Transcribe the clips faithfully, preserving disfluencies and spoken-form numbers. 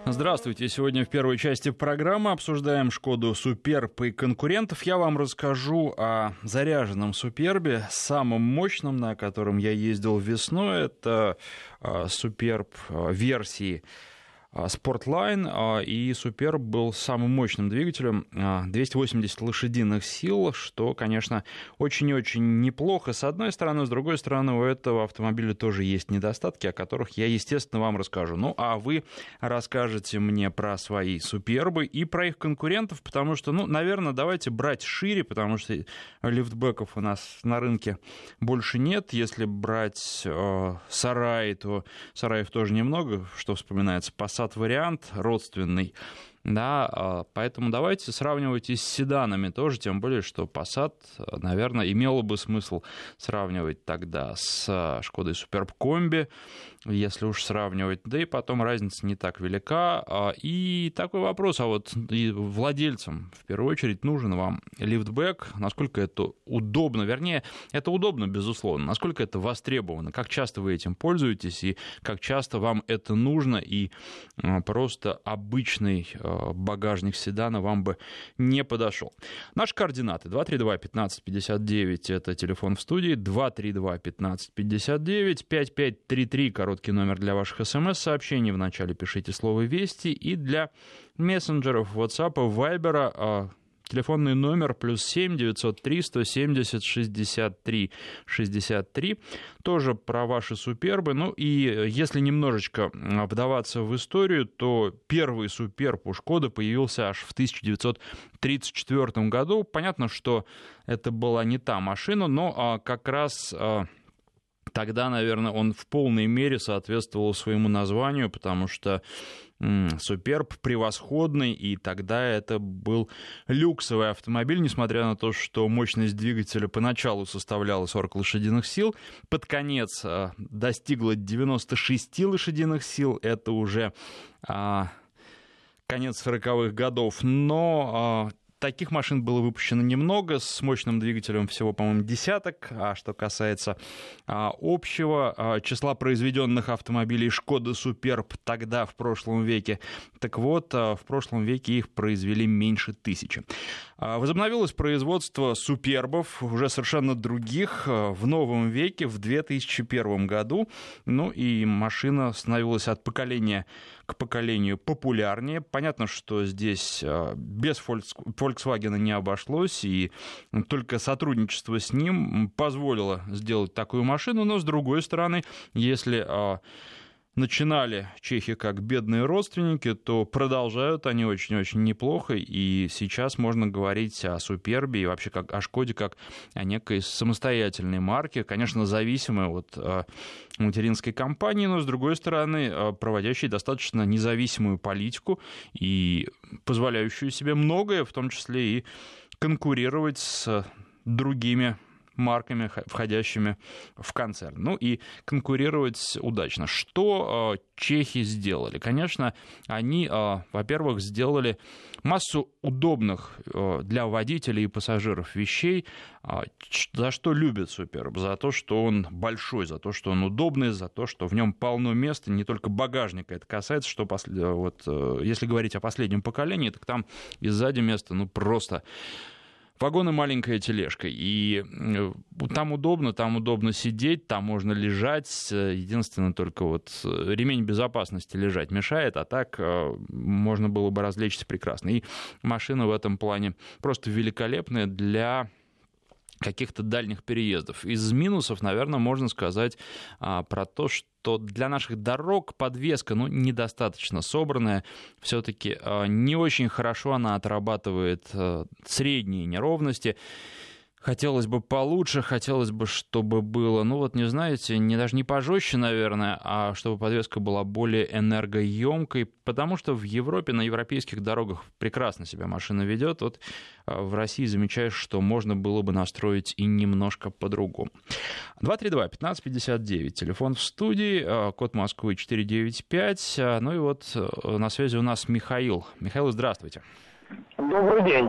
Здравствуйте. Сегодня в первой части программы обсуждаем Шкоду Суперб и конкурентов. Я вам расскажу о заряженном Супербе, самом мощном, на котором я ездил весной. Это Суперб версии Sportline, и Суперб был самым мощным двигателем, двести восемьдесят лошадиных сил, что, конечно, очень-очень неплохо с одной стороны, с другой стороны, у этого автомобиля тоже есть недостатки, о которых я, естественно, вам расскажу. Ну, а вы расскажете мне про свои Супербы и про их конкурентов, потому что, ну, наверное, давайте брать шире, потому что лифтбеков у нас на рынке больше нет. Если брать э, сараи, то сараев тоже немного, что вспоминается, Passat вариант родственный, да, поэтому давайте сравнивать и с седанами тоже, тем более, что Passat, наверное, имело бы смысл сравнивать тогда с Шкодой Суперб Комби, если уж сравнивать, да и потом разница не так велика. И такой вопрос, а вот и владельцам в первую очередь нужен вам лифтбэк, насколько это удобно, вернее, это удобно, безусловно, насколько это востребовано, как часто вы этим пользуетесь и как часто вам это нужно, и просто обычный багажник седана вам бы не подошел. Наши координаты: два три два пятнадцать пятьдесят девять, это телефон в студии, два три два пятнадцать пятьдесят девять, пять пять три три, короткий номер для ваших смс-сообщений, в начале пишите слово «Вести», и для мессенджеров WhatsApp, Viber телефонный номер плюс семь девятьсот три сто семьдесят шестьдесят три шестьдесят три, тоже про ваши Супербы. Ну и если немножечко вдаваться в историю, то первый Суперб у Шкоды появился аж в тысяча девятьсот тридцать четвёртом году. Понятно, что это была не та машина, но как раз тогда, наверное, он в полной мере соответствовал своему названию, потому что Суперб превосходный, и тогда это был люксовый автомобиль, несмотря на то, что мощность двигателя поначалу составляла сорок лошадиных сил, под конец достигла девяносто шесть лошадиных сил, это уже а, конец сороковых годов, но... А, таких машин было выпущено немного, с мощным двигателем всего, по-моему, десяток. А что касается а, общего а, числа произведенных автомобилей Шкода Суперб тогда, в прошлом веке, так вот, а, в прошлом веке их произвели меньше тысячи. А, возобновилось производство Супербов, уже совершенно других, а, в новом веке, в две тысячи первом году. Ну и машина становилась от поколения к поколению популярнее. Понятно, что здесь а, без Volkswagen не обошлось, и только сотрудничество с ним позволило сделать такую машину, но, с другой стороны, если а, начинали чехи как бедные родственники, то продолжают они очень-очень неплохо, и сейчас можно говорить о Супербе и вообще как о Шкоде как о некой самостоятельной марке, конечно, зависимой от а, материнской компании, но, с другой стороны, а, проводящей достаточно независимую политику и позволяющую себе многое, в том числе и конкурировать с другими марками, входящими в концерн. Ну и конкурировать удачно. Что э, чехи сделали? Конечно, они, э, во-первых, сделали массу удобных э, для водителей и пассажиров вещей, э, за что любят Суперб. За то, что он большой, за то, что он удобный, за то, что в нем полно места, не только багажника это касается, что после, вот, э, если говорить о последнем поколении, так там и сзади места, ну, просто... Вагон и маленькая тележка, и там удобно, там удобно сидеть, там можно лежать, единственное только вот ремень безопасности лежать мешает, а так можно было бы развлечься прекрасно. И машина в этом плане просто великолепная для каких-то дальних переездов. Из минусов, наверное, можно сказать а, про то, что для наших дорог подвеска, ну, недостаточно собранная, все-таки а, не очень хорошо она отрабатывает а, средние неровности. Хотелось бы получше, хотелось бы, чтобы было, ну вот, не знаете, не, даже не пожестче, наверное, а чтобы подвеска была более энергоемкой, потому что в Европе, на европейских дорогах прекрасно себя машина ведет. Вот в России замечаешь, что можно было бы настроить и немножко по-другому. два три два пятнадцать пятьдесят девять, телефон в студии, код Москвы четыре девять пять, ну и вот на связи у нас Михаил. Михаил, здравствуйте. Добрый день.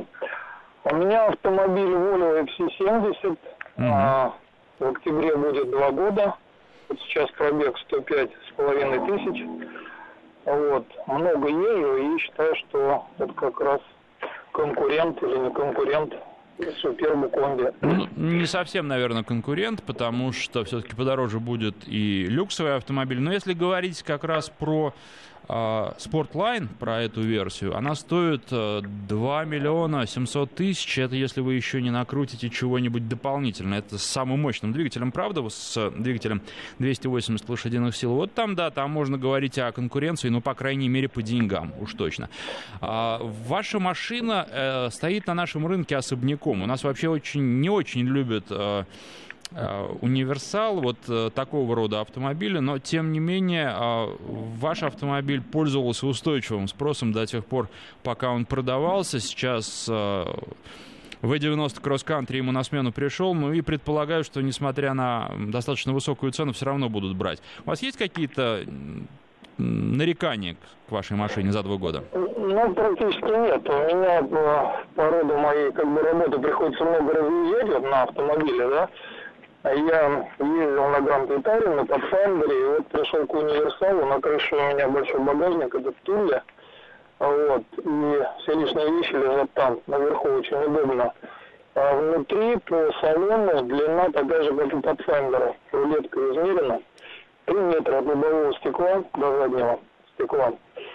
У меня автомобиль Volvo эф си семьдесят, угу. а, в октябре будет два года, вот сейчас пробег сто пять с половиной тысяч. Вот. Много езжу и считаю, что это как раз конкурент или не конкурент Супербу комби. Ну, не совсем, наверное, конкурент, потому что все-таки подороже будет и люксовый автомобиль. Но если говорить как раз про Sportline, про эту версию, она стоит два миллиона семьсот тысяч. Это если вы еще не накрутите чего-нибудь дополнительно. Это с самым мощным двигателем, правда, с двигателем двести восемьдесят лошадиных сил. Вот там, да, там можно говорить о конкуренции, ну, по крайней мере, по деньгам, уж точно. А ваша машина э, стоит на нашем рынке особняком. У нас вообще очень, не очень любят... Э, универсал, вот такого рода автомобили, но тем не менее ваш автомобиль пользовался устойчивым спросом до тех пор, пока он продавался. Сейчас ви девяносто Cross Country ему на смену пришел, ну и предполагаю, что несмотря на достаточно высокую цену, все равно будут брать. У вас есть какие-то нарекания к вашей машине за два года? Ну, практически нет. У меня по, по роду моей как бы работы приходится много разъезжать вот, на автомобиле, да. Я ездил на Гранд-Витаре, на Pathfinder, и вот пришел к универсалу, на крыше у меня большой багажник, это в Туле, вот, и все лишние вещи лежат там, наверху, очень удобно. А внутри по салону длина такая же, как и Pathfinder, рулетка измерена, три метра от лобового стекла до заднего стекла.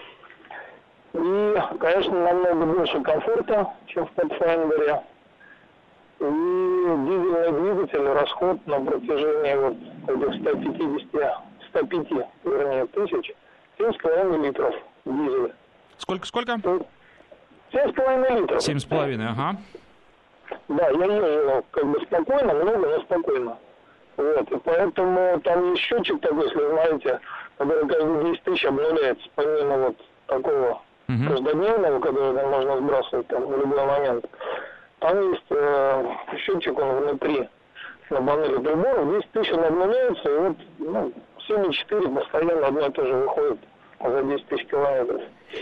И, конечно, намного больше комфорта, чем в Pathfinder. И дизельный двигатель, расход на протяжении вот этих ста пятидесяти, ста пяти, вернее, тысяч, семь с половиной литров дизеля. Сколько, сколько? семь с половиной литров. Семь с половиной, ага. Да, я езжу как бы спокойно, много, но спокойно. Вот, и поэтому там есть счетчик такой, если знаете, который каждые десять тысяч обнуляется, помимо вот такого uh-huh. каждодневного, который можно сбрасывать там в любой момент. Там есть э, счетчик, он внутри на панели приборов, десять тысяч он обнуляется, и вот ну, семь и четыре постоянно одно и то же выходит за десять тысяч километров.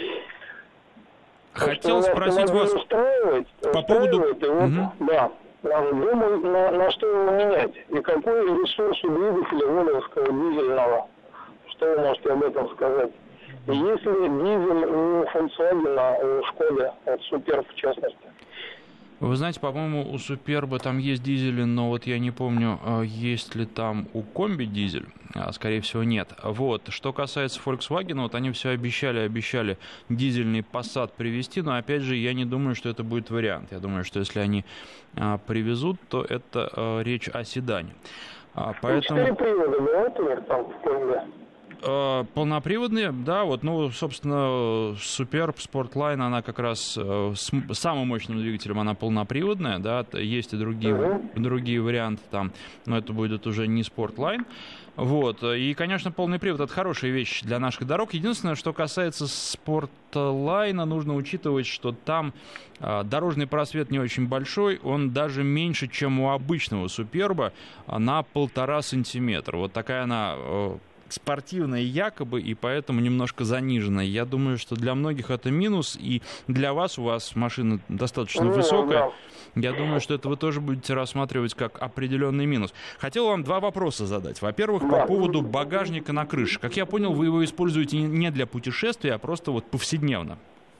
Хотел спросить вас устраивает, по поводу... И вот, угу. Да, думают, на, на что его менять, и какой ресурс у двигателя волевского дизельного. Что вы можете об этом сказать? И есть ли дизель у Volkswagen, у Шкоды, от Супер в частности? Вы знаете, по-моему, у Суперба там есть дизели, но вот я не помню, есть ли там у Комби дизель. Скорее всего, нет. Вот. Что касается Volkswagen, вот они все обещали, обещали дизельный Passat привезти, но, опять же, я не думаю, что это будет вариант. Я думаю, что если они а, привезут, то это а, речь о седане. А, поэтому... Четыре привода бывают у них там в Комби? Полноприводные, да, вот, ну, собственно, Superb Sportline, она как раз с самым мощным двигателем, она полноприводная, да, есть и другие, uh-huh. другие варианты там, но это будет уже не Sportline, вот, и, конечно, полный привод — это хорошая вещь для наших дорог. Единственное, что касается Sportline, нужно учитывать, что там дорожный просвет не очень большой, он даже меньше, чем у обычного Суперба, на полтора сантиметра, вот такая она... спортивная якобы, и поэтому немножко заниженная. Я думаю, что для многих это минус, и для вас, у вас машина достаточно ну, высокая, да. Я думаю, что это вы тоже будете рассматривать как определенный минус. Хотел вам два вопроса задать. Во-первых, да. по поводу багажника на крыше. Как я понял, вы его используете не для путешествия, а просто вот повседневно.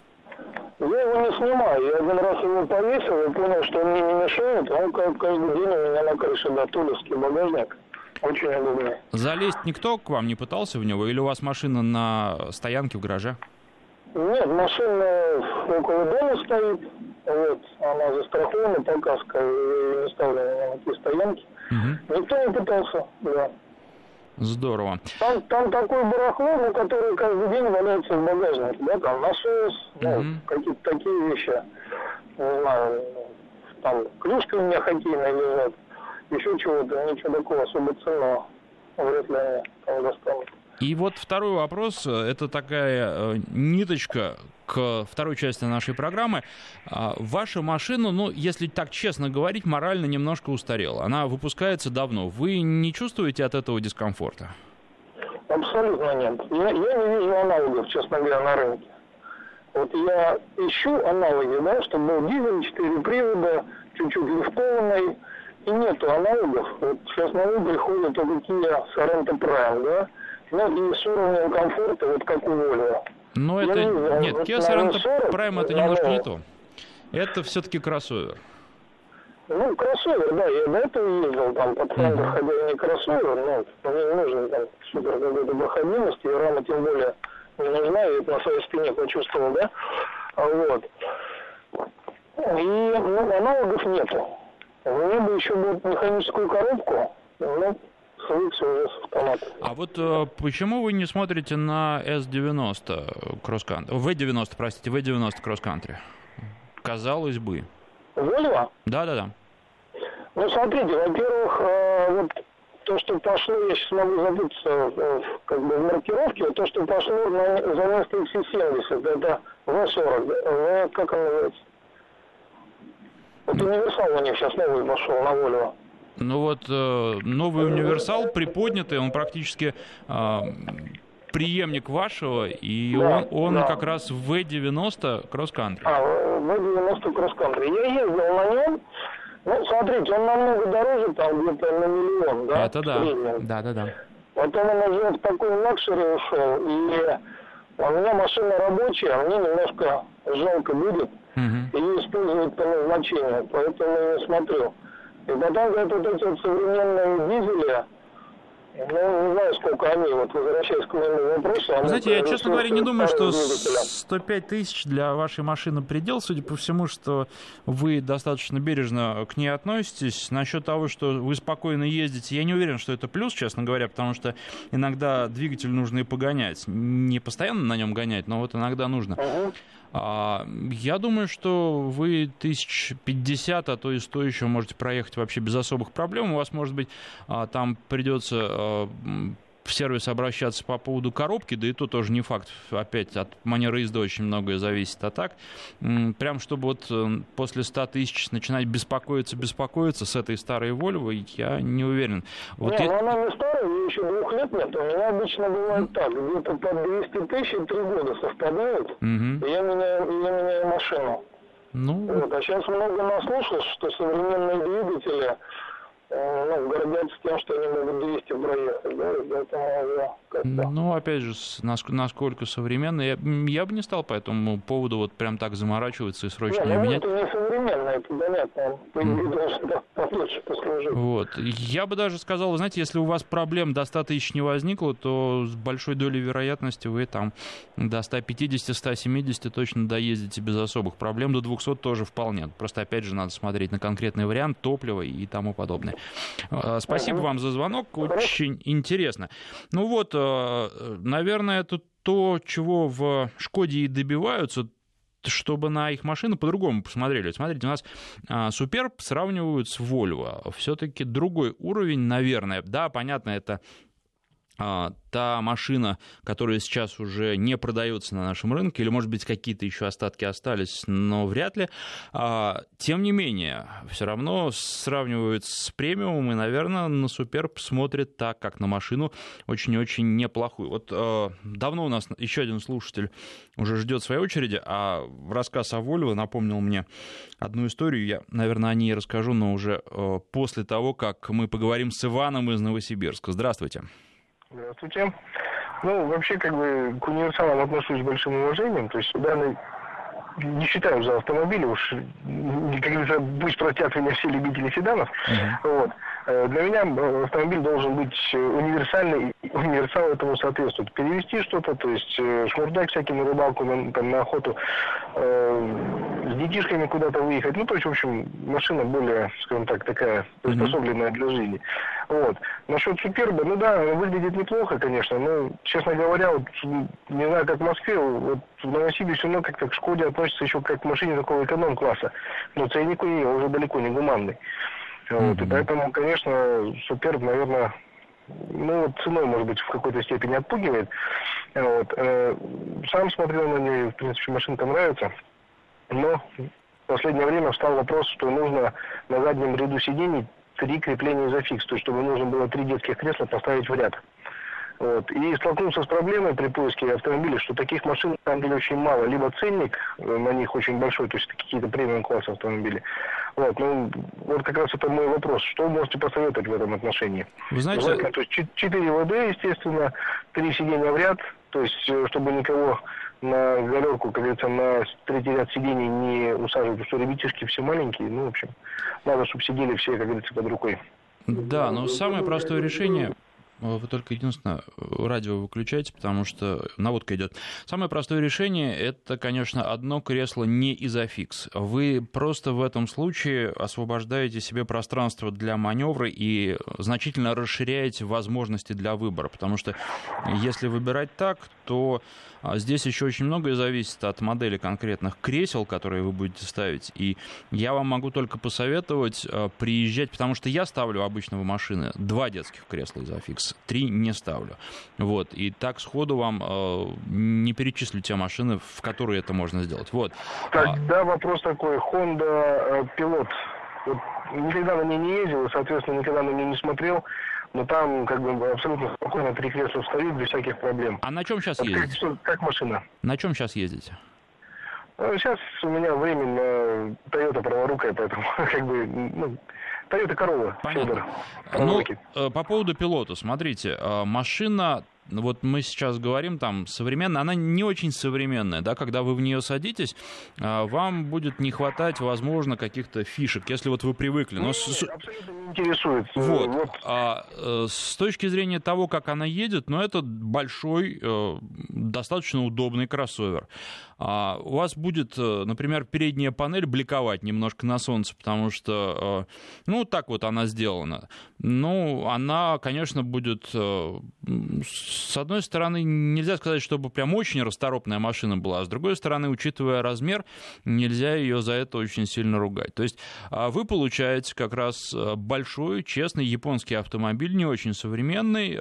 Я его не снимаю. Я один раз его повесил и понял, что он мне не мешает. Он каждый день у меня на крыше, да, туловский багажник. Очень удобно. Залезть никто к вам не пытался в него? Или у вас машина на стоянке в гараже? Нет, машина около дома стоит. Вот, она застрахована, показка, не ставлена на никакие стоянки. Угу. Никто не пытался, да. Здорово. Там, там такое барахло, ну, которое каждый день валяется в багажнике, да, там насос, ну, угу. какие-то такие вещи. Не знаю, там клюшки у меня хоккейные лежат. Еще чего-то, ничего такого особо ценного вряд ли они там достанут. И вот второй вопрос, это такая э, ниточка к второй части нашей программы. А, ваша машина, ну, если так честно говорить, морально немножко устарела. Она выпускается давно. Вы не чувствуете от этого дискомфорта? Абсолютно нет. Я, я не вижу аналогов, честно говоря, на рынке. Вот я ищу аналоги, да, чтобы был дизель, четыре привода, чуть-чуть лифтованный. И нету аналогов. Вот сейчас на ум приходят только Kia Sorento Prime, да, Ну, и с уровнем комфорта, вот как у Volvo. Но это... Я, Нет, вот Kia Sorento Prime это немножко не то. Это все-таки кроссовер. Ну, кроссовер, да, я до этого ездил, там, под Фендер, uh-huh. хотя и не кроссовер, но мне не нужно там супер какой-то проходимости, и рама тем более не нужна, я это на своей спине почувствовал, да, вот. И, ну, аналогов нету. Мне бы еще будет механическую коробку, ну, свыкся уже с автоматом. А вот э, почему вы не смотрите на эс девяносто кросс-кантри, ви девяносто, простите, ви девяносто кросс-кантри? Казалось бы. Volvo? Да-да-да. Ну, смотрите, во-первых, э, вот то, что пошло, я сейчас могу запутаться э, как бы в маркировке, вот то, что пошло на, за место икс семьдесят, это ви сорок, да, как он называется? Вот универсал у них сейчас новый пошел на Volvo. Ну вот э, новый универсал приподнятый, он практически э, преемник вашего, и да, он, он да. как раз ви девяносто кросс-кантри. А, ви девяносто кросс-кантри. Я ездил на нем. Ну, смотрите, он намного дороже, там где-то на миллион, да? Это да, да-да-да. Потом он уже в такой лакшери ушел, и у меня машина рабочая, мне немножко жалко будет угу. ее использовать по назначению, поэтому я не смотрю. И потом говорят, вот эти вот современные дизели, ну, не знаю, сколько они, вот возвращаясь к моему вопросу. Вы знаете, я, честно говоря, не думаю, что сто пять тысяч для вашей машины предел, судя по всему, что вы достаточно бережно к ней относитесь. Насчет того, что вы спокойно ездите, я не уверен, что это плюс, честно говоря, потому что иногда двигатель нужно и погонять. Не постоянно на нем гонять, но вот иногда нужно. Uh-huh. Я думаю, что вы тысяч пятьдесят, а то и сто еще можете проехать вообще без особых проблем. У вас, может быть, там придется в сервис обращаться по поводу коробки, да и то тоже не факт. Опять от манеры езды очень многое зависит. А так, прям чтобы вот после ста тысяч начинать беспокоиться, беспокоиться с этой старой Volvo, я не уверен. Вот не, я... ну она не старая, ей еще двух лет нет. У меня обычно бывает так, где-то по двести тысяч и три года совпадают, угу. и я меняю, я меняю машину. Ну... Вот, а сейчас много наслушалось, что современные двигатели ну, гордятся тем, что они могут двести проехать, да, и поэтому как-то... Ну, опять же, насколько современно, я, я бы не стал по этому поводу вот прям так заморачиваться и срочно не, ну, менять. Это не современно, это понятно, он должен получше послужить. Вот, я бы даже сказал, вы знаете, если у вас проблем до ста тысяч не возникло, то с большой долей вероятности вы там до ста пятидесяти — ста семидесяти точно доездите без особых проблем, до двухсот тоже вполне. Просто, опять же, надо смотреть на конкретный вариант, топливо и тому подобное. Спасибо угу. вам за звонок, очень Хорошо. Интересно. Ну вот, наверное, это то, чего в Шкоде и добиваются, чтобы на их машины по-другому посмотрели. Смотрите, у нас Superb сравнивают с Volvo. Все-таки другой уровень, наверное. Да, понятно, это... та машина, которая сейчас уже не продается на нашем рынке, или, может быть, какие-то еще остатки остались, но вряд ли. Тем не менее, все равно сравнивают с премиумом, и, наверное, на Superb смотрят так, как на машину очень-очень неплохую. Вот давно у нас еще один слушатель уже ждет своей очереди, а рассказ о Volvo напомнил мне одну историю. Я, наверное, о ней расскажу, но уже после того, как мы поговорим с Иваном из Новосибирска. Здравствуйте. Здравствуйте. Ну, вообще, как бы, к универсалам отношусь с большим уважением. То есть, данный не считаю за автомобили, уж, как говорится, пусть простят меня все любители седанов. Uh-huh. Вот. Для меня автомобиль должен быть универсальный, и универсал этому соответствует. Перевезти что-то, то есть шмурдяк всякий на рыбалку, на, там, на охоту, э, с детишками куда-то выехать. Ну, то есть, в общем, машина более, скажем так, такая приспособленная uh-huh. для жизни. Вот. Насчет Суперба, ну да, выглядит неплохо, конечно, но, честно говоря, вот, не знаю, как в Москве, вот в Новосибирске все равно как-то к Шкоде относится еще как к машине такого эконом-класса. Но ценник у нее уже далеко не гуманный. Вот, mm-hmm. И поэтому, конечно, Суперб, наверное, ну, вот ценой, может быть, в какой-то степени отпугивает. Вот. Сам смотрел на нее, в принципе, машинка нравится. Но в последнее время встал вопрос, что нужно на заднем ряду сидений три крепления изофикс, то есть чтобы нужно было три детских кресла поставить в ряд. Вот. И столкнулся с проблемой при поиске автомобиля, что таких машин на самом деле очень мало. Либо ценник на них очень большой, то есть это какие-то премиум-класса автомобили. Вот. Ну, вот как раз это мой вопрос. Что вы можете посоветовать в этом отношении? Вы знаете... Желательно, то есть четыре вэ дэ, естественно, три сиденья в ряд, то есть чтобы никого на галерку, как говорится, на третий ряд сидений не усаживать, потому что ребятишки все маленькие, ну, в общем, надо, чтобы сидели все, как говорится, под рукой. Да, но самое простое решение... Вы только, единственное, радио выключайте, потому что наводка идет. Самое простое решение – это, конечно, одно кресло не изофикс. Вы просто в этом случае освобождаете себе пространство для маневра и значительно расширяете возможности для выбора. Потому что если выбирать так, то здесь еще очень многое зависит от модели конкретных кресел, которые вы будете ставить. И я вам могу только посоветовать приезжать, потому что я ставлю обычно в машины два детских кресла изофикс. Три не ставлю. Вот. И так сходу вам э, не перечислю те машины, в которые это можно сделать. Вот. Тогда вопрос такой. Honda Pilot. Вот, никогда на ней не ездил, и, соответственно, никогда на нее не смотрел. Но там как бы абсолютно спокойно три кресла встают без всяких проблем. А на чем сейчас вот ездите? Как, что, как машина? На чем сейчас ездите? Сейчас у меня временно Toyota праворукая, поэтому как бы... Ну, Toyota Corolla. Понятно. Ну, по поводу пилота, смотрите, машина, вот мы сейчас говорим, там, современная, она не очень современная, да, когда вы в нее садитесь, вам будет не хватать, возможно, каких-то фишек, если вот вы привыкли. Но не, с... абсолютно не интересует. Вот. вот. А, с точки зрения того, как она едет, ну, это большой, достаточно удобный кроссовер. А у вас будет, например, передняя панель бликовать немножко на солнце, потому что, ну, так вот она сделана. Ну, она, конечно, будет, с одной стороны, нельзя сказать, чтобы прям очень расторопная машина была, а с другой стороны, учитывая размер, нельзя ее за это очень сильно ругать. То есть вы получаете как раз большой, честный японский автомобиль, не очень современный,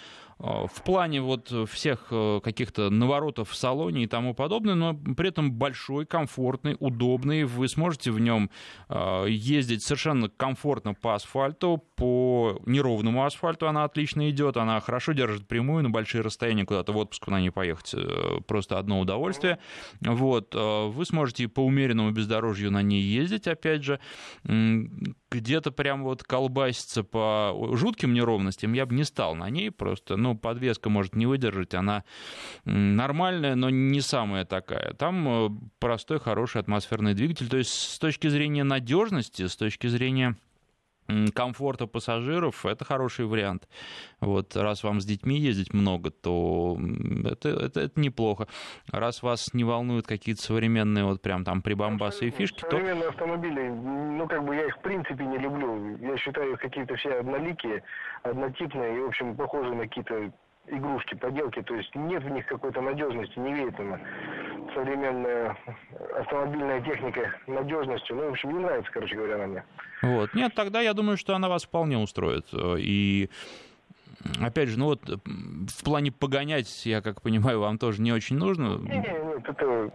в плане вот всех каких-то наворотов в салоне и тому подобное, но при этом большой, комфортный, удобный. Вы сможете в нем ездить совершенно комфортно по асфальту, по неровному асфальту она отлично идет, она хорошо держит прямую, на большие расстояния куда-то в отпуск на ней поехать просто одно удовольствие. Вот. Вы сможете по умеренному бездорожью на ней ездить, опять же, где-то прям вот колбаситься по жутким неровностям я бы не стал на ней, просто, ну, подвеска может не выдержать, она нормальная, но не самая такая. Там простой, хороший атмосферный двигатель, то есть с точки зрения надежности, с точки зрения комфорта пассажиров, это хороший вариант. Вот, раз вам с детьми ездить много, то это, это, это неплохо. Раз вас не волнуют какие-то современные вот прям там прибамбасы и фишки, современные то... автомобили, ну как бы я их в принципе не люблю. Я считаю их какие-то все одноликие, однотипные и, в общем, похожие на какие-то игрушки, поделки, то есть нет в них какой-то надежности, не веет она современная автомобильная техника надежностью. Ну, в общем, не нравится, короче говоря, она мне. Вот. Нет, тогда я думаю, что она вас вполне устроит. И опять же, ну вот в плане погонять, я как понимаю, вам тоже не очень нужно. Нет, нет, это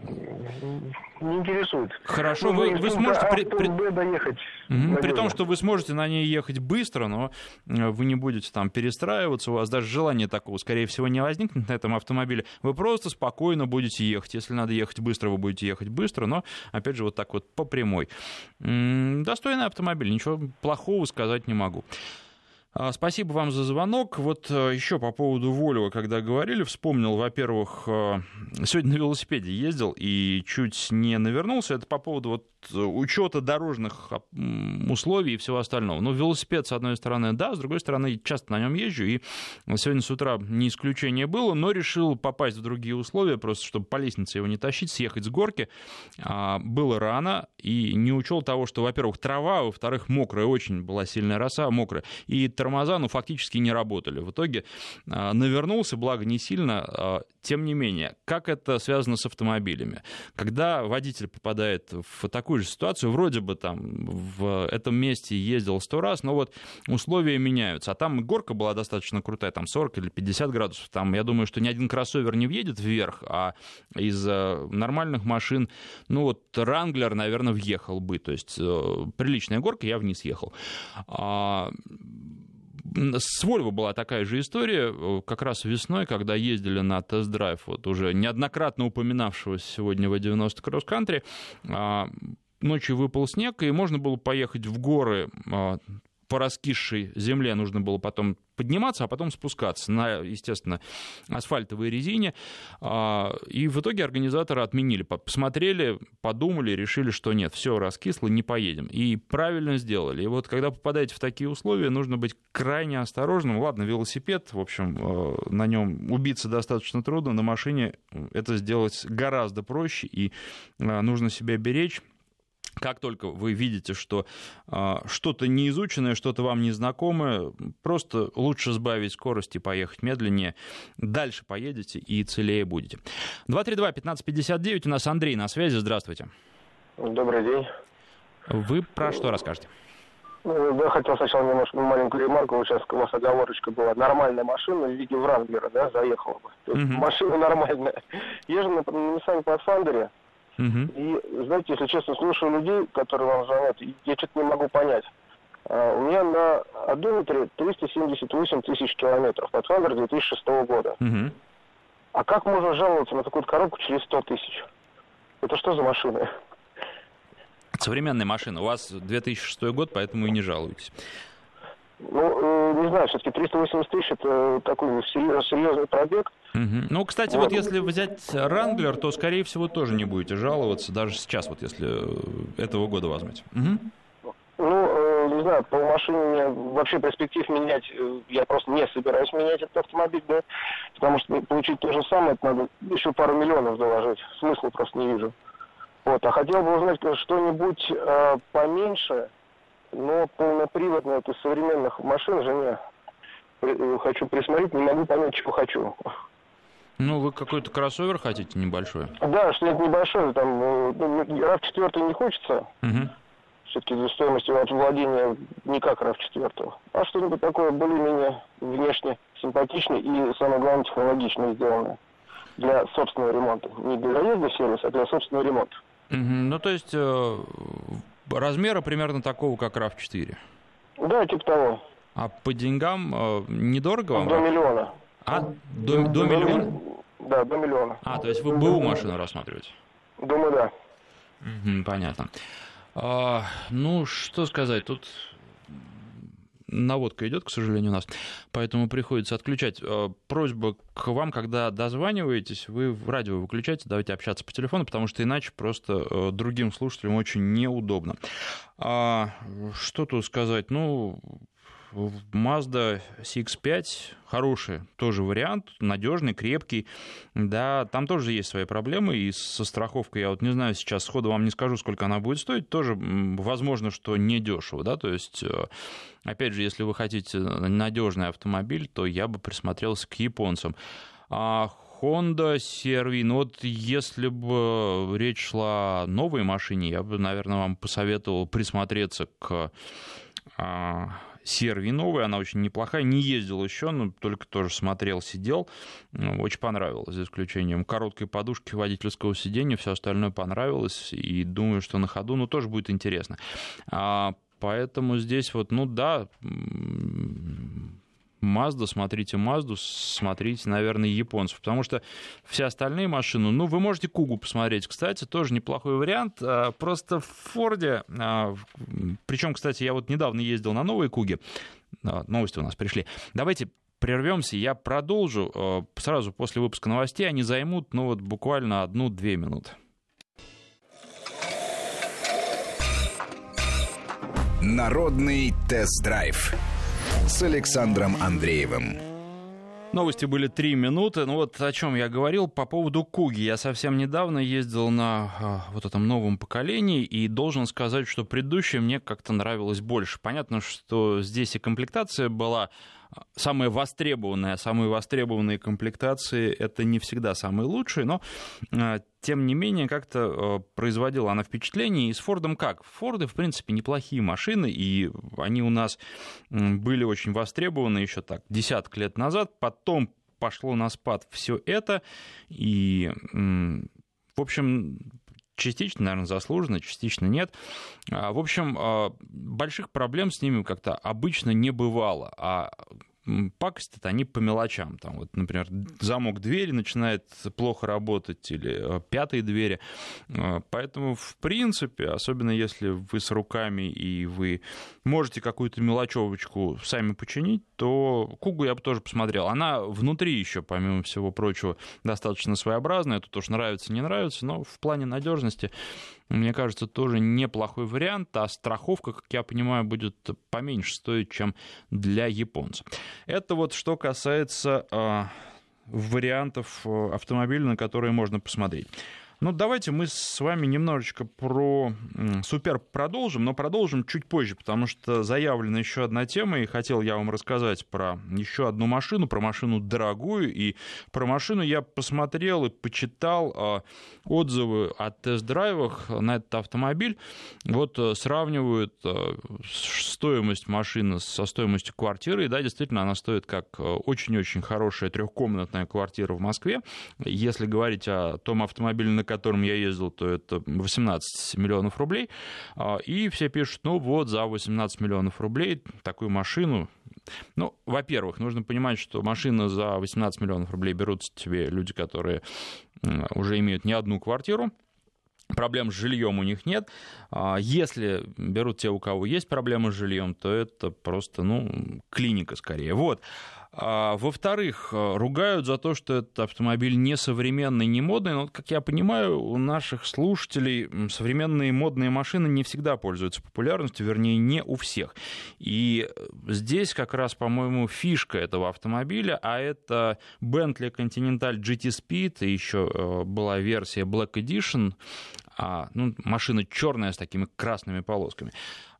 не интересует. Хорошо, ну, вы, вы сможете... При, при... доехать угу, при том, что вы сможете на ней ехать быстро, но вы не будете там перестраиваться, у вас даже желания такого, скорее всего, не возникнет на этом автомобиле. Вы просто спокойно будете ехать. Если надо ехать быстро, вы будете ехать быстро, но, опять же, вот так вот по прямой. Достойный автомобиль, ничего плохого сказать не могу. Спасибо вам за звонок. Вот еще по поводу Volvo, когда говорили, вспомнил, во-первых, сегодня на велосипеде ездил и чуть не навернулся. Это по поводу вот учета дорожных условий и всего остального. Ну, велосипед, с одной стороны, да, с другой стороны, часто на нем езжу, и сегодня с утра не исключение было, но решил попасть в другие условия, просто чтобы по лестнице его не тащить, съехать с горки. Было рано, и не учел того, что, во-первых, трава, а во-вторых, мокрая, очень была сильная роса, мокрая, и тормоза, ну, фактически не работали. В итоге навернулся, благо не сильно. Тем не менее, как это связано с автомобилями? Когда водитель попадает в такую же ситуацию, вроде бы там в этом месте ездил сто раз, но вот условия меняются. А там горка была достаточно крутая, там сорок или пятьдесят градусов. Там, я думаю, что ни один кроссовер не въедет вверх, а из нормальных машин, ну вот Wrangler, наверное, въехал бы. То есть приличная горка, я вниз ехал. С Volvo была такая же история, как раз весной, когда ездили на тест-драйв вот уже неоднократно упоминавшегося сегодня ви девяносто Cross Country. Ночью выпал снег, и можно было поехать в горы по раскисшей земле, нужно было потом подниматься, а потом спускаться на, естественно, асфальтовой резине. И в итоге организаторы отменили. Посмотрели, подумали, решили, что нет, все раскисло, не поедем. И правильно сделали. И вот когда попадаете в такие условия, нужно быть крайне осторожным. Ладно, велосипед, в общем, на нем убиться достаточно трудно, на машине это сделать гораздо проще, и нужно себя беречь. Как только вы видите, что э, что-то неизученное, что-то вам незнакомое, просто лучше сбавить скорость и поехать медленнее. Дальше поедете и целее будете. два три два пятнадцать пятьдесят девять. У нас Андрей на связи. Здравствуйте. Добрый день. Вы про что расскажете? Ну, я хотел сначала немножко маленькую ремарку. Сейчас у вас оговорочка была. Нормальная машина в виде Вранглера, да, заехала бы. То есть, uh-huh. Машина нормальная. Езжу на Nissan Pathfinder. Uh-huh. И, знаете, если честно, слушаю людей, которые вам звонят, я что-то не могу понять. А, у меня на одометре триста семьдесят восемь тысяч километров. Pathfinder две тысячи шестого года. Uh-huh. А как можно жаловаться на такую коробку через сто тысяч? Это что за машина? Современная машина. У вас две тысячи шестой год, поэтому и не жалуетесь. Ну, не знаю, все-таки триста восемьдесят тысяч это такой серьезный, серьезный пробег. Угу. Ну, кстати, вот. вот если взять Wrangler, то, скорее всего, тоже не будете жаловаться, даже сейчас, вот если этого года возьмете. Угу. Ну, не знаю, по машине вообще перспектив менять, я просто не собираюсь менять этот автомобиль, да, потому что получить то же самое, это надо еще пару миллионов доложить, смысла просто не вижу. Вот, а хотел бы узнать что-нибудь э, поменьше, но полноприводное, это из современных машин жене хочу присмотреть, не могу понять, чего хочу. Ну, вы какой-то кроссовер хотите небольшой? Да, что-нибудь небольшое, там, ну, рав четыре не хочется, угу. Все-таки за стоимостью от владения не как рав четыре, а что-нибудь такое более-менее внешне симпатичное и, самое главное, технологично сделанное для собственного ремонта. Не для заезда в сервис, а для собственного ремонта. Угу. Ну, то есть э, размера примерно такого, как рав четыре? Да, типа того. А по деньгам э, недорого вам? До миллиона. А? До, до, до миллиона? Да, до миллиона. А, то есть вы БУ машину рассматриваете? Думаю, да. Угу, понятно. А, ну, что сказать, тут наводка идет, к сожалению, у нас, поэтому приходится отключать. Просьба к вам, когда дозваниваетесь, вы в радио выключайте, давайте общаться по телефону, потому что иначе просто другим слушателям очень неудобно. А, что тут сказать? Ну... Mazda си икс пять хороший тоже вариант, надежный, крепкий, да, там тоже есть свои проблемы, и со страховкой, я вот не знаю, сейчас сходу вам не скажу, сколько она будет стоить, тоже возможно, что недешево, да, то есть, опять же, если вы хотите надежный автомобиль, то я бы присмотрелся к японцам. А Honda си ар ви, ну вот если бы речь шла о новой машине, я бы, наверное, вам посоветовал присмотреться к си ар ви новая, она очень неплохая, не ездил еще, но только тоже смотрел, сидел, очень понравилось, за исключением короткой подушки водительского сиденья, все остальное понравилось, и думаю, что на ходу, ну, тоже будет интересно. А, поэтому здесь вот, ну, да, Mazda, смотрите Mazda, смотрите, наверное, японцев, потому что все остальные машины, ну, вы можете Кугу посмотреть, кстати, тоже неплохой вариант, просто в Форде, причем, кстати, я вот недавно ездил на новые Куги, новости у нас пришли, давайте прервемся, я продолжу сразу после выпуска новостей, они займут, ну, вот буквально одну-две минуты. Народный тест-драйв с Александром Андреевым. Новости были три минуты. Ну вот о чем я говорил по поводу Куги. Я совсем недавно ездил на э, вот этом новом поколении и должен сказать, что предыдущее мне как-то нравилось больше. Понятно, что здесь и комплектация была самая востребованная. Самые востребованные комплектации — это не всегда самые лучшие, но э, тем не менее как-то э, производила она впечатление. И с Фордом как? Форды, в принципе, неплохие машины, и они у нас э, были очень востребованы еще так десяток лет назад. Потом пошло на спад все это, и, э, в общем... частично, наверное, заслуженно, частично нет. В общем, больших проблем с ними как-то обычно не бывало, а пакостят они по мелочам. Там, вот, например, замок двери начинает плохо работать или пятые двери. Поэтому, в принципе, особенно если вы с руками и вы можете какую-то мелочевочку сами починить, то Кугу я бы тоже посмотрел. Она внутри еще, помимо всего прочего, достаточно своеобразная. Тут уж нравится, не нравится, но в плане надежности, мне кажется, тоже неплохой вариант, а страховка, как я понимаю, будет поменьше стоить, чем для японцев. Это вот что касается э, вариантов автомобиля, на которые можно посмотреть. Ну, давайте мы с вами немножечко про Суперб продолжим, но продолжим чуть позже, потому что заявлена еще одна тема, и хотел я вам рассказать про еще одну машину, про машину дорогую, и про машину я посмотрел и почитал отзывы о тест-драйвах на этот автомобиль. Вот сравнивают стоимость машины со стоимостью квартиры, и да, действительно, она стоит как очень-очень хорошая трехкомнатная квартира в Москве. Если говорить о том автомобиле, на которым я ездил, то это восемнадцать миллионов рублей. И все пишут, ну вот, за восемнадцать миллионов рублей такую машину. Ну, во-первых, нужно понимать, что машины за восемнадцать миллионов рублей берут себе люди, которые уже имеют не одну квартиру. Проблем с жильем у них нет. Если берут те, у кого есть проблемы с жильем, то это просто, ну, клиника скорее. Вот. Во-вторых, ругают за то, что этот автомобиль не современный, не модный. Но, как я понимаю, у наших слушателей современные модные машины не всегда пользуются популярностью, вернее, не у всех. И здесь как раз, по-моему, фишка этого автомобиля, а это Bentley Continental джи ти Speed, и еще была версия Black Edition, ну, машина черная с такими красными полосками.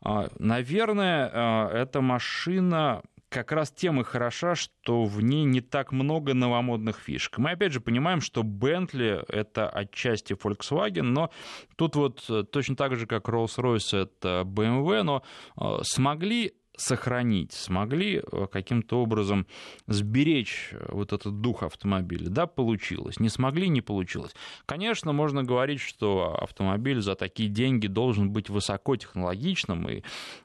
Наверное, эта машина как раз тем и хороша, что в ней не так много новомодных фишек. Мы опять же понимаем, что Bentley — это отчасти Volkswagen, но тут вот точно так же, как Rolls-Royce — это бэ эм вэ, но смогли сохранить, смогли каким-то образом сберечь вот этот дух автомобиля. Да, получилось. Не смогли, не получилось. Конечно, можно говорить, что автомобиль за такие деньги должен быть высокотехнологичным, и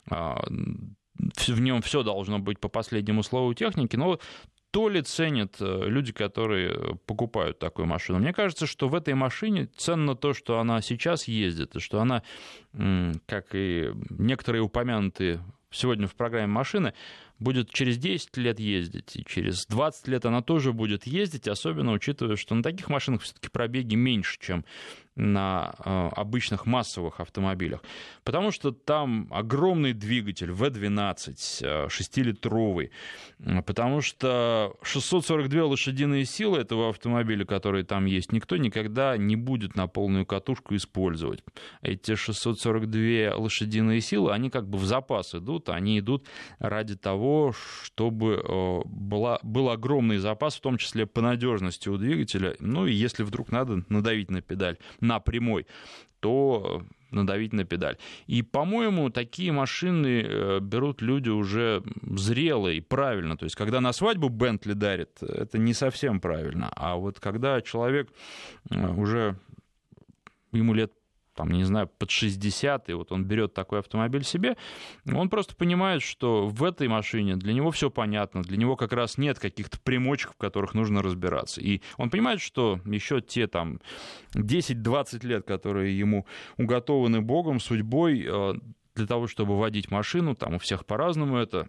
в нем все должно быть по последнему слову техники, но то ли ценят люди, которые покупают такую машину. Мне кажется, что в этой машине ценно то, что она сейчас ездит, и что она, как и некоторые упомянутые сегодня в программе машины, будет через десять лет ездить, и через двадцать лет она тоже будет ездить, особенно учитывая, что на таких машинах все-таки пробеги меньше, чем на обычных массовых автомобилях, потому что там огромный двигатель вэ двенадцать, шестилитровый, потому что шестьсот сорок две лошадиные силы этого автомобиля, которые там есть, никто никогда не будет на полную катушку использовать. Эти шестьсот сорок две лошадиные силы, они как бы в запас идут, они идут ради того, чтобы была, был огромный запас, в том числе по надежности у двигателя, ну и если вдруг надо надавить на педаль на прямой, то надавить на педаль. И, по-моему, такие машины берут люди уже зрелые, правильно. То есть, когда на свадьбу Bentley дарит, это не совсем правильно. А вот когда человек уже, ему лет, там, не знаю, под шестьдесят, и вот он берет такой автомобиль себе, он просто понимает, что в этой машине для него все понятно, для него как раз нет каких-то примочек, в которых нужно разбираться. И он понимает, что еще те там десять-двадцать лет, которые ему уготованы Богом, судьбой, для того, чтобы водить машину, там у всех по-разному это,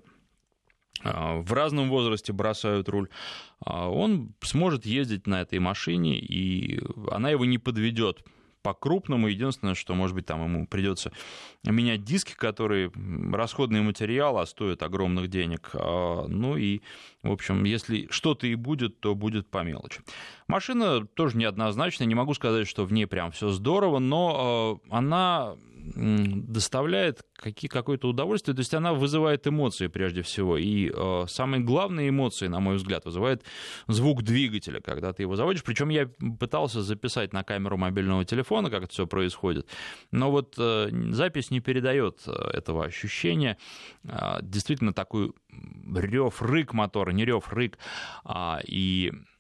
в разном возрасте бросают руль, он сможет ездить на этой машине, и она его не подведет по-крупному. Единственное, что, может быть, там ему придется менять диски, которые расходный материал, а стоят огромных денег. Ну и, в общем, если что-то и будет, то будет по мелочи. Машина тоже неоднозначная. Не могу сказать, что в ней прям все здорово, но она доставляет какие, какое-то удовольствие, то есть она вызывает эмоции прежде всего. И э, самые главные эмоции, на мой взгляд, вызывает звук двигателя, когда ты его заводишь. Причем я пытался записать на камеру мобильного телефона, как это все происходит, но вот э, запись не передает этого ощущения. Э, действительно такой рев, рык мотора, не рев, рык. Э, и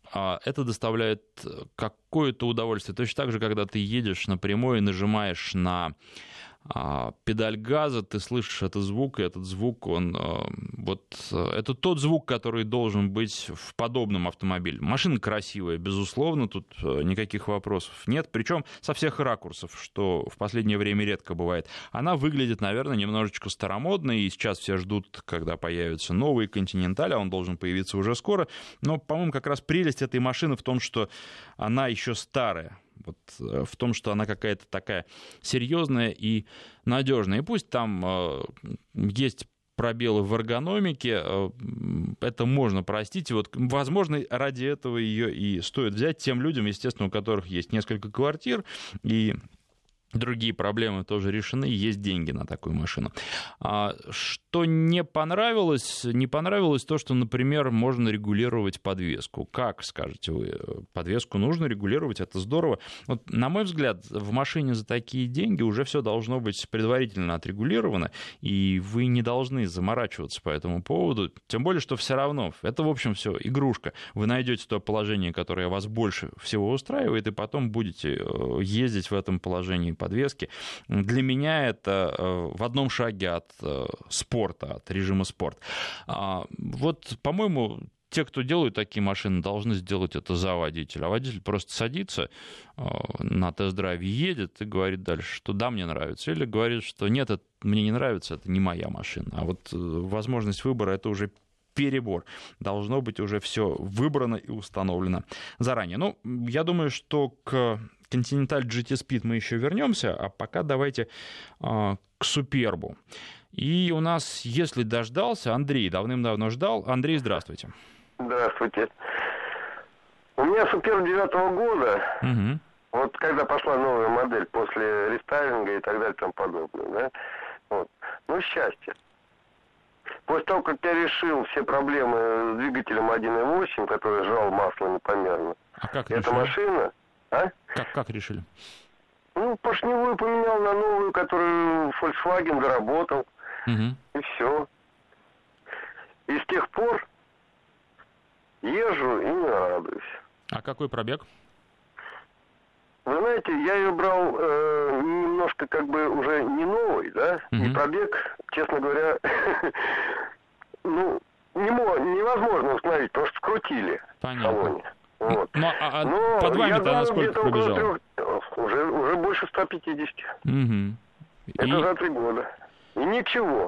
это доставляет какое-то удовольствие. Точно так же, когда ты едешь напрямую и нажимаешь на педаль газа, ты слышишь этот звук, и этот звук, он вот это тот звук, который должен быть в подобном автомобиле. Машина красивая, безусловно, тут никаких вопросов нет, причем со всех ракурсов, что в последнее время редко бывает. Она выглядит, наверное, немножечко старомодно, и сейчас все ждут, когда появится новый Continental, а он должен появиться уже скоро, но, по-моему, как раз прелесть этой машины в том, что она еще старая. Вот в том, что она какая-то такая серьезная и надежная. И пусть там э, есть пробелы в эргономике, э, это можно простить. И вот, возможно, ради этого ее и стоит взять тем людям, естественно, у которых есть несколько квартир и другие проблемы тоже решены, есть деньги на такую машину. Что не понравилось? Не понравилось то, что, например, можно регулировать подвеску. Как, скажете вы, подвеску нужно регулировать, это здорово. Вот, на мой взгляд, в машине за такие деньги уже все должно быть предварительно отрегулировано, и вы не должны заморачиваться по этому поводу, тем более, что все равно, это, в общем, все игрушка. Вы найдете то положение, которое вас больше всего устраивает, и потом будете ездить в этом положении подвески. Для меня это в одном шаге от спорта, от режима спорт. Вот, по-моему, те, кто делают такие машины, должны сделать это за водителя. А водитель просто садится на тест-драйве, едет и говорит дальше, что да, мне нравится. Или говорит, что нет, это мне не нравится, это не моя машина. А вот возможность выбора — это уже перебор. Должно быть уже все выбрано и установлено заранее. Ну, я думаю, что к Continental джи ти Speed мы еще вернемся, а пока давайте э, к Супербу. И у нас, если дождался, Андрей давным-давно ждал. Андрей, здравствуйте. Здравствуйте. У меня Суперб девятого года, угу. Вот когда пошла новая модель после рестайлинга и так далее и тому подобное, да, вот. Ну, счастье. После того, как я решил все проблемы с двигателем один и восемь, который жрал масло непомерно, а как эта решили? машина... А? Как, как решили? Ну, поршневую поменял на новую, которую Volkswagen доработал, угу. И все. И с тех пор езжу и не радуюсь. А какой пробег? Вы знаете, я ее брал э, немножко как бы уже не новый, да, угу. И пробег, честно говоря, ну, невозможно установить, потому что скрутили в салоне. Вот. Ну, а, а Но под вами-то она сколько пробежала? трех... Уже, уже больше ста пятидесяти. Угу. Это И... за три года. И ничего.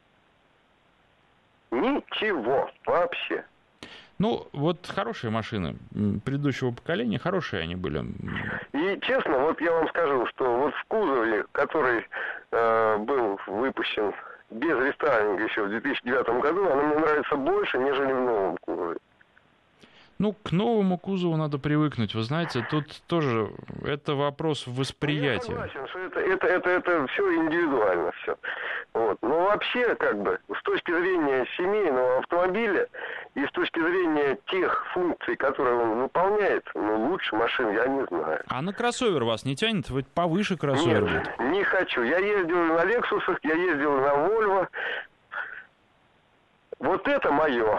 Ничего вообще. Ну, вот хорошие машины предыдущего поколения, хорошие они были. И честно, вот я вам скажу, что вот в кузове, который э, был выпущен без рестайлинга еще в две тысячи девятом году, она мне нравится больше, нежели в новом кузове. Ну, к новому кузову надо привыкнуть. Вы знаете, тут тоже это вопрос восприятия. Я согласен, что это, это, это, это все индивидуально, все. Вот. Но вообще, как бы, с точки зрения семейного автомобиля и с точки зрения тех функций, которые он выполняет, ну, лучше машин я не знаю. А на кроссовер вас не тянет? Вы повыше кроссовер? Нет, не хочу. Я ездил на Лексусах, я ездил на Вольво. Вот это мое.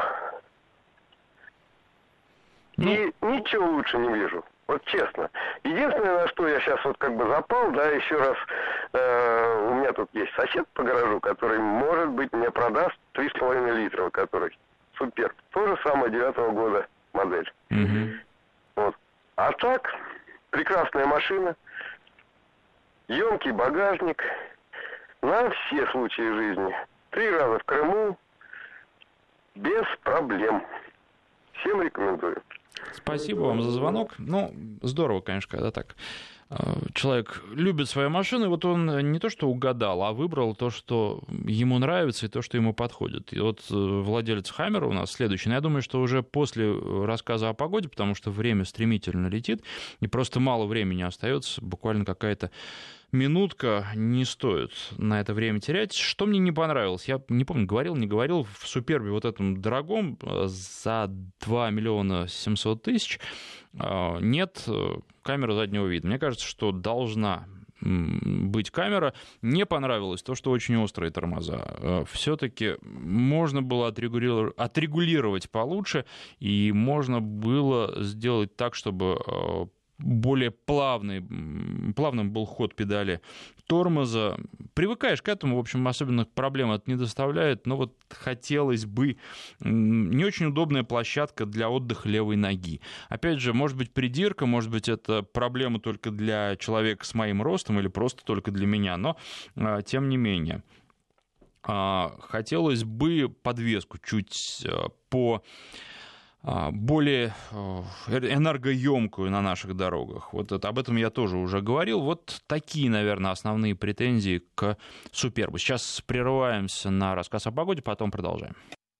Ну... И ничего лучше не вижу. Вот честно. Единственное, на что я сейчас вот как бы запал, да, еще раз, э, у меня тут есть сосед по гаражу, который, может быть, мне продаст три с половиной литра, который Суперб. То же самое девятого года модель. Mm-hmm. Вот. А так, прекрасная машина, емкий багажник, на все случаи жизни. Три раза в Крыму, без проблем. Всем рекомендую. Спасибо вам за звонок. Ну, здорово, конечно, когда так человек любит свою машину, и вот он не то что угадал, а выбрал то, что ему нравится, и то, что ему подходит. И вот владелец Хаммера у нас следующий. Но я думаю, что уже после рассказа о погоде, потому что время стремительно летит, и просто мало времени остается, буквально какая-то минутка, не стоит на это время терять. Что мне не понравилось? Я не помню, говорил, не говорил, в Супербе вот этом дорогом за два миллиона семьсот тысяч нет камеры заднего вида. Мне кажется, что должна быть камера. Не понравилось то, что очень острые тормоза. Все-таки можно было отрегулировать, отрегулировать получше, и можно было сделать так, чтобы более плавный, плавным был ход педали тормоза. Привыкаешь к этому, в общем, особенных проблем это не доставляет, но вот хотелось бы не очень удобная площадка для отдыха левой ноги. Опять же, может быть, придирка, может быть, это проблема только для человека с моим ростом или просто только для меня, но тем не менее. Хотелось бы подвеску чуть по... более энергоемкую на наших дорогах. Вот это, об этом я тоже уже говорил. Вот такие, наверное, основные претензии к Супербу. Сейчас прерываемся на рассказ о погоде, потом продолжаем.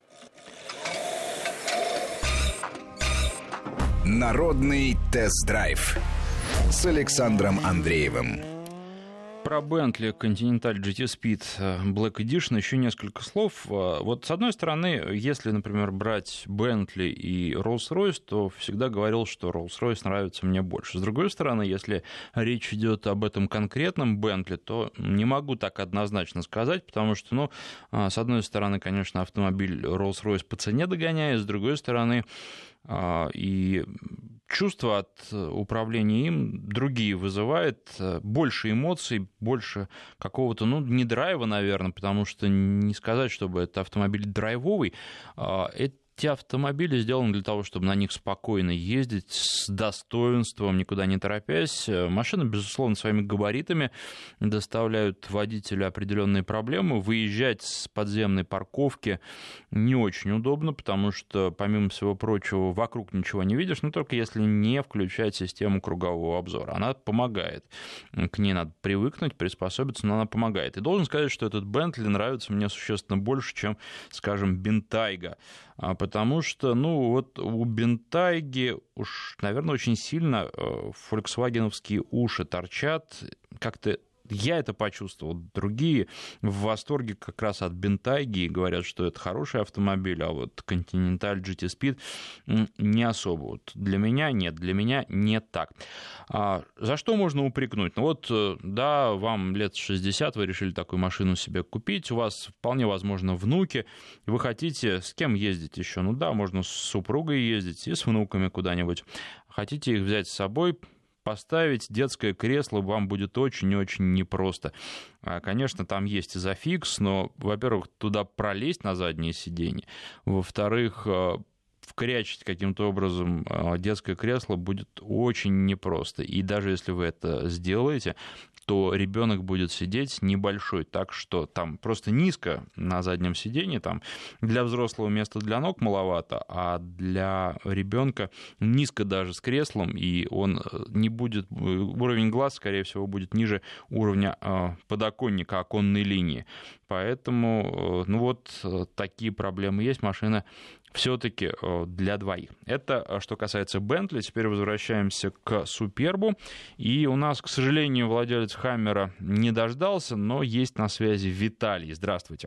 Народный тест-драйв с Александром Андреевым. Про Bentley Continental джи ти Speed Black Edition еще несколько слов. Вот с одной стороны, если, например, брать Bentley и Rolls-Royce, то всегда говорил, что Rolls-Royce нравится мне больше. С другой стороны, если речь идет об этом конкретном Bentley, то не могу так однозначно сказать, потому что, ну, с одной стороны, конечно, автомобиль Rolls-Royce по цене догоняет, с другой стороны, и чувства от управления им другие вызывает, больше эмоций, больше какого-то, ну, не драйва, наверное, потому что не сказать, чтобы это автомобиль драйвовый, эти автомобили сделаны для того, чтобы на них спокойно ездить, с достоинством, никуда не торопясь. Машины, безусловно, своими габаритами доставляют водителю определенные проблемы. Выезжать с подземной парковки не очень удобно, потому что, помимо всего прочего, вокруг ничего не видишь, но только если не включать систему кругового обзора. Она помогает. К ней надо привыкнуть, приспособиться, но она помогает. И должен сказать, что этот Bentley нравится мне существенно больше, чем, скажем, Bentayga. Потому что, ну, вот у Bentayga уж, наверное, очень сильно фольксвагеновские уши торчат. Как-то я это почувствовал. Другие в восторге как раз от Bentayga и говорят, что это хороший автомобиль, а вот Continental джи ти Speed не особо. Вот для меня нет, для меня не так. А за что можно упрекнуть? Ну вот, да, вам лет шестьдесят, вы решили такую машину себе купить, у вас вполне возможно внуки, вы хотите с кем ездить еще? Ну да, можно с супругой ездить и с внуками куда-нибудь. Хотите их взять с собой, поставить детское кресло вам будет очень и очень непросто. Конечно, там есть изофикс, но, во-первых, туда пролезть на заднее сиденье, во-вторых, вкрячить каким-то образом детское кресло будет очень непросто. И даже если вы это сделаете, то ребенок будет сидеть небольшой, так что там просто низко на заднем сиденье, там для взрослого места для ног маловато, а для ребенка низко даже с креслом, и он не будет, уровень глаз, скорее всего, будет ниже уровня подоконника оконной линии. Поэтому, ну вот, такие проблемы есть, машина все-таки для двоих. Это что касается Bentley. Теперь возвращаемся к Супербу. И у нас, к сожалению, владелец Хаммера не дождался, но есть на связи Виталий. Здравствуйте.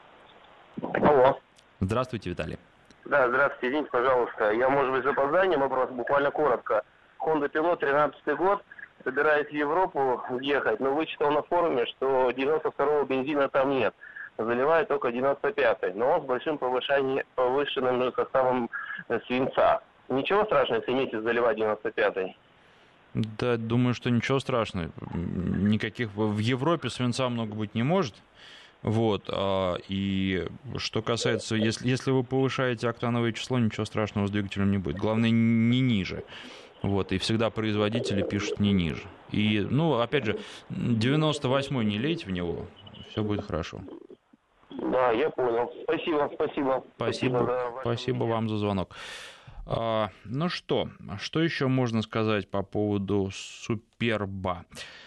Алло. Здравствуйте, Виталий. Да, здравствуйте. Извините, пожалуйста. Я, может быть, с запозданием, вопрос буквально коротко. Honda Pilot, тринадцатый год. Собираюсь в Европу ехать, но вычитал на форуме, что девяносто второго бензина там нет. Заливает только девяносто пятый, но он с большим повышенным составом свинца. Ничего страшного, если месяц заливать девяносто пятый? Да, думаю, что ничего страшного. Никаких... В Европе свинца много быть не может. Вот. И что касается, если, если вы повышаете октановое число, ничего страшного с двигателем не будет. Главное, не ниже. Вот, и всегда производители пишут не ниже. И, ну, опять же, девяносто восьмой не лейте в него, все будет хорошо. Да, я понял. Спасибо, спасибо. Спасибо, спасибо, спасибо вам за звонок. А, ну что, что еще можно сказать по поводу Суперба?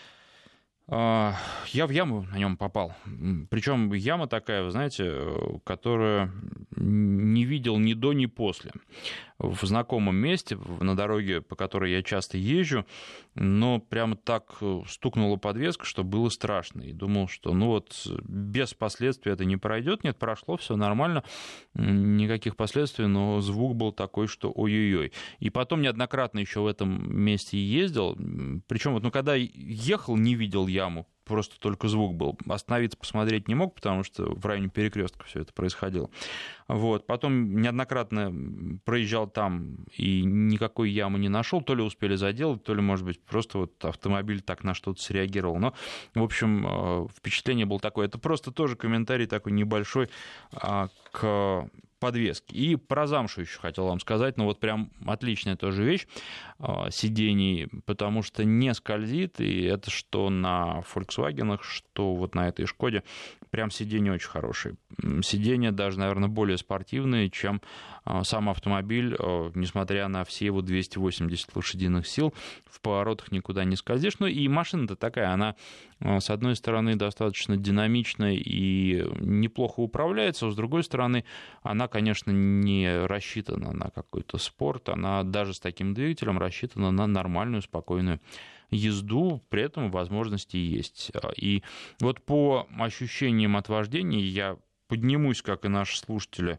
А, я в яму на нем попал. Причем яма такая, вы знаете, которую не видел ни до, ни после. В знакомом месте, на дороге, по которой я часто езжу, но прямо так стукнула подвеска, что было страшно. И думал, что ну вот без последствий это не пройдет. Нет, прошло, все нормально, никаких последствий, но звук был такой, что ой-ой-ой. И потом неоднократно еще в этом месте ездил. Причем вот, ну, когда ехал, не видел яму. Просто только звук был. Остановиться, посмотреть не мог, потому что в районе перекрестка все это происходило. Вот. Потом неоднократно проезжал там и никакой ямы не нашел. То ли успели заделать, то ли, может быть, просто вот автомобиль так на что-то среагировал. Но, в общем, впечатление было такое. Это просто тоже комментарий такой небольшой к подвески. И про замшу еще хотел вам сказать, ну вот прям отличная тоже вещь сидений, потому что не скользит, и это что на Volkswagen, что вот на этой Шкоде, прям сиденья очень хорошие. Сиденья даже, наверное, более спортивные, чем сам автомобиль, несмотря на все его двести восемьдесят лошадиных сил, в поворотах никуда не скользишь. Ну и машина-то такая, она, с одной стороны, достаточно динамичная и неплохо управляется, а с другой стороны, она, конечно, не рассчитана на какой-то спорт, она даже с таким двигателем рассчитана на нормальную, спокойную езду, при этом возможности есть. И вот по ощущениям от вождения я поднимусь, как и наши слушатели,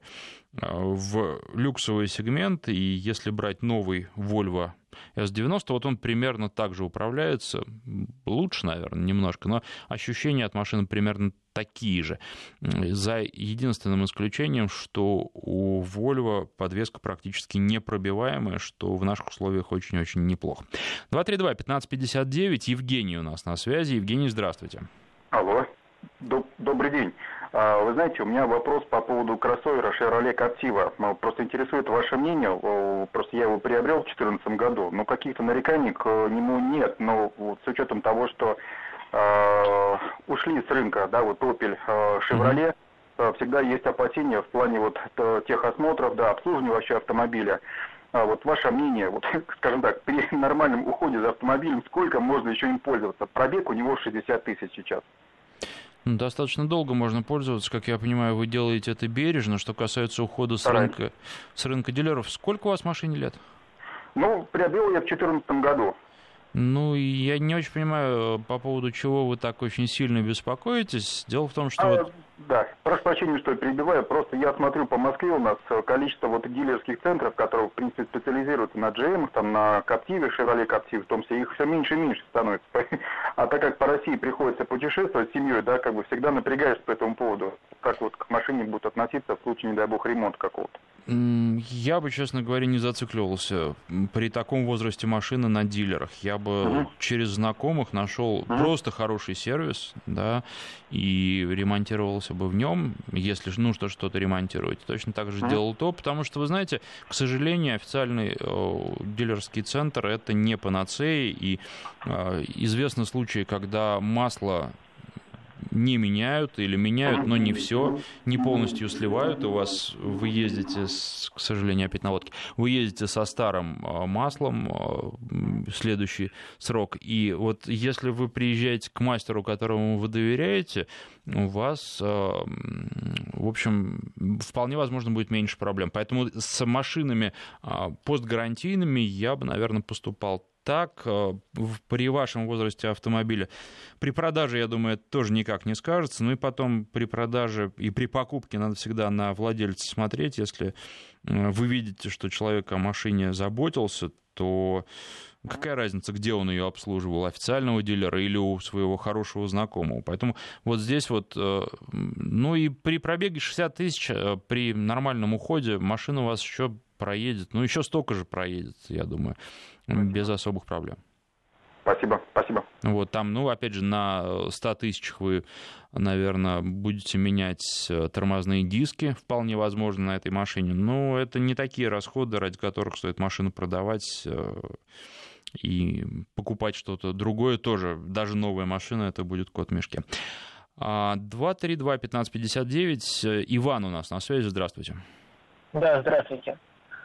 в люксовый сегмент, и если брать новый Volvo эс девяносто, вот он примерно так же управляется, лучше, наверное, немножко, но ощущения от машины примерно такие же, за единственным исключением, что у Volvo подвеска практически непробиваемая, что в наших условиях очень-очень неплохо. два три два пятнадцать пятьдесят девять, Евгений у нас на связи. Евгений, здравствуйте. Алло, добрый день. Вы знаете, у меня вопрос по поводу кроссовера Chevrolet Captiva. Просто интересует ваше мнение. Просто я его приобрел в две тысячи четырнадцатом году, но каких-то нареканий к нему нет. Но вот с учетом того, что э, ушли с рынка, да, вот Opel, э, Chevrolet, э, всегда есть опасения в плане вот техосмотров, да, обслуживания вообще автомобиля. А вот ваше мнение, вот, скажем так, при нормальном уходе за автомобилем, сколько можно еще им пользоваться? Пробег у него шестьдесят тысяч сейчас. Достаточно долго можно пользоваться, как я понимаю, вы делаете это бережно. Что касается ухода с рынка, с рынка дилеров, сколько у вас машине лет? Ну, приобрел я в две тысячи четырнадцатом году. Ну, я не очень понимаю, по поводу чего вы так очень сильно беспокоитесь. Дело в том, что... А, вот... Да, прошу прощения, что я перебиваю. Просто я смотрю по Москве, у нас количество вот дилерских центров, которые, в принципе, специализируются на джи эм, там, на Captiva, Chevrolet Captiva, в том числе, их все меньше и меньше становится. А так как по России приходится путешествовать с семьей, да, как бы всегда напрягаешься по этому поводу. Как вот к машине будут относиться в случае, не дай бог, ремонта какого-то. Я бы, честно говоря, не зацикливался при таком возрасте машины на дилерах. Я бы угу. через знакомых нашел угу. просто хороший сервис, да, и ремонтировался бы в нем, если нужно что-то ремонтировать. Точно так же угу. делал то, потому что, вы знаете, к сожалению, официальный э, дилерский центр — это не панацея, и э, известны случаи, когда масло не меняют или меняют, но не все, не полностью сливают, и у вас, вы ездите, с, к сожалению, опять на лодке, вы ездите со старым маслом следующий срок, и вот если вы приезжаете к мастеру, которому вы доверяете, у вас, в общем, вполне возможно будет меньше проблем. Поэтому с машинами постгарантийными я бы, наверное, поступал так. При вашем возрасте автомобиля при продаже, я думаю, это тоже никак не скажется. Ну и потом при продаже и при покупке надо всегда на владельца смотреть. Если вы видите, что человек о машине заботился, то какая разница, где он ее обслуживал, официального дилера или у своего хорошего знакомого. Поэтому вот здесь вот, ну и при пробеге шестьдесят тысяч, при нормальном уходе машина у вас еще проедет, ну еще столько же проедет, я думаю, без особых проблем. Спасибо, спасибо. Вот там, ну, опять же, на ста тысячах вы, наверное, будете менять тормозные диски, вполне возможно, на этой машине. Но это не такие расходы, ради которых стоит машину продавать и покупать что-то другое тоже. Даже новая машина, это будет кот в мешке. два три два пятнадцать пятьдесят девять. Иван у нас на связи. Здравствуйте. Да, здравствуйте.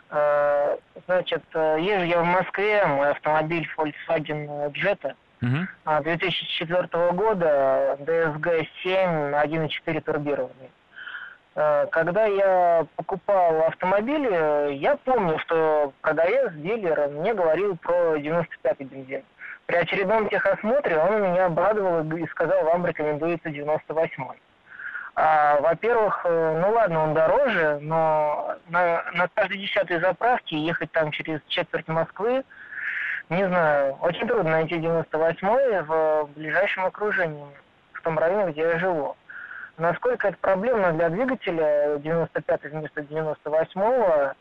Значит, езжу я в Москве, мой автомобиль Volkswagen Jetta uh-huh. две тысячи четвёртого года, ди эс джи семь один и четыре турбированный. Когда я покупал автомобиль, я помню, что продавец, дилер, мне говорил про девяносто пятый бензин. При очередном техосмотре он меня обрадовал и сказал, вам рекомендуется девяносто восьмой. А, во-первых, ну ладно, он дороже, но на, на каждой десятой заправке ехать там через четверть Москвы Не знаю, очень трудно найти девяносто восьмой в ближайшем окружении, в том районе, где я живу. Насколько это проблемно для двигателя девяносто пятый вместо девяносто восьмого,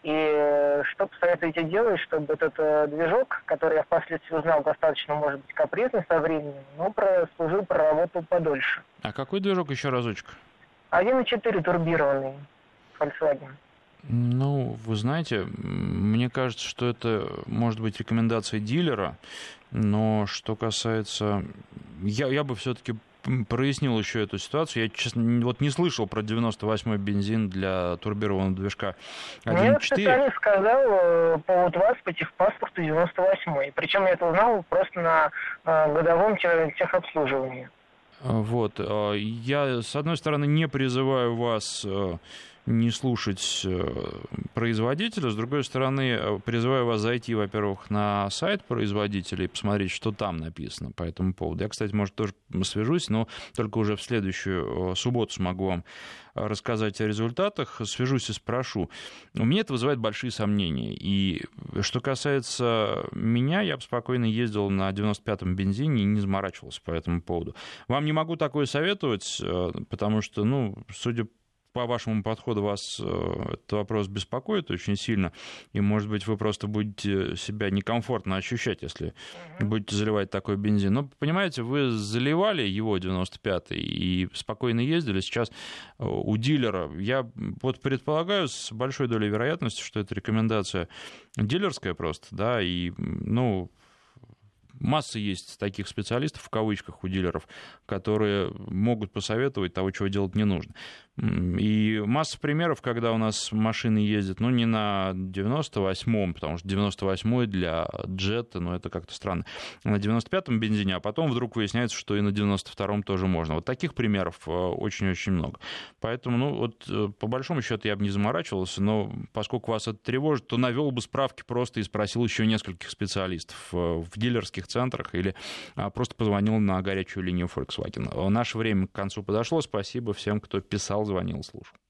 и что посоветуете делать, чтобы этот э, движок, который я впоследствии узнал достаточно, может быть, капризный со временем, но прослужил, проработал подольше. А какой движок еще разочек? один и четыре турбированный Volkswagen. Ну, вы знаете, мне кажется, что это может быть рекомендация дилера, но что касается... Я, я бы все-таки прояснил еще эту ситуацию. Я, честно, вот не слышал про девяносто восьмой бензин для турбированного движка один и четыре. Мне специалист сказал по вот вас, по техпаспорту девяносто восьмой. Причем я это узнал просто на годовом техобслуживании. Вот. Я, с одной стороны, не призываю вас не слушать производителя, с другой стороны, призываю вас зайти, во-первых, на сайт производителя и посмотреть, что там написано по этому поводу. Я, кстати, может, тоже свяжусь, но только уже в следующую субботу смогу вам рассказать о результатах, свяжусь и спрошу. У меня это вызывает большие сомнения. И что касается меня, я бы спокойно ездил на девяносто пятом бензине и не заморачивался по этому поводу. Вам не могу такое советовать, потому что, ну, судя по вашему подходу, вас этот вопрос беспокоит очень сильно, и, может быть, вы просто будете себя некомфортно ощущать, если uh-huh. будете заливать такой бензин. Но, понимаете, вы заливали его девяносто пятый и спокойно ездили. Сейчас у дилера, я вот предполагаю с большой долей вероятности, что это рекомендация дилерская просто, да, и, ну... Масса есть таких специалистов, в кавычках, у дилеров, которые могут посоветовать того, чего делать не нужно. И масса примеров, когда у нас машины ездят, ну, не на девяносто восьмом, потому что девяносто восьмой для джета, ну, это как-то странно, на девяносто пятом бензине, а потом вдруг выясняется, что и на девяносто втором тоже можно. Вот таких примеров очень-очень много. Поэтому, ну, вот, по большому счету, я бы не заморачивался, но поскольку вас это тревожит, то навел бы справки просто и спросил еще нескольких специалистов в дилерских центрах или просто позвонил на горячую линию Volkswagen. Наше время к концу подошло. Спасибо всем, кто писал, звонил, слушал.